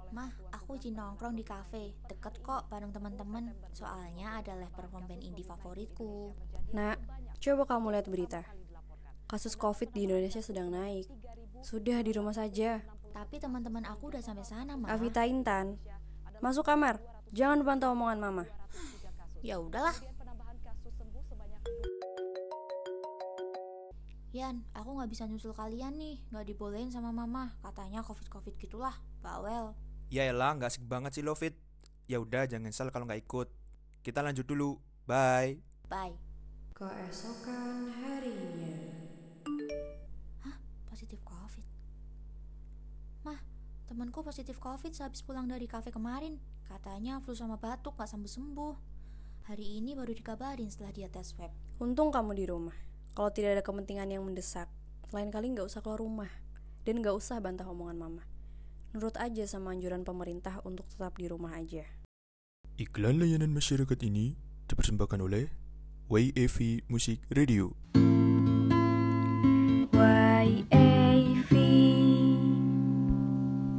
Mah, aku izin nongkrong di kafe. Deket kok bareng teman-teman. Soalnya ada live perform band indie favoritku. Nak, coba kamu lihat berita. Kasus COVID di Indonesia sedang naik. Sudah di rumah saja. Tapi teman-teman aku udah sampai sana, Mah. Avita Intan, masuk kamar. Jangan pantau omongan mama. Ya udahlah. Yan, aku nggak bisa nyusul kalian nih. Nggak dibolehin sama mama. Katanya covid gitulah. Bawel. Ya elah, nggak asik banget sih lo, Fit. Ya udah, jangan nyesel kalau nggak ikut. Kita lanjut dulu. Bye. Bye. Keesokan harinya. Positif covid. Mah, temanku positif covid sehabis pulang dari kafe kemarin. Katanya flu sama batuk nggak sembuh-sembuh. Hari ini baru dikabarin setelah dia tes swab. Untung kamu di rumah. Kalau tidak ada kepentingan yang mendesak, lain kali gak usah keluar rumah. Dan gak usah bantah omongan mama. Nurut aja sama anjuran pemerintah untuk tetap di rumah aja. Iklan layanan masyarakat ini dipersembahkan oleh YAV Musik Radio.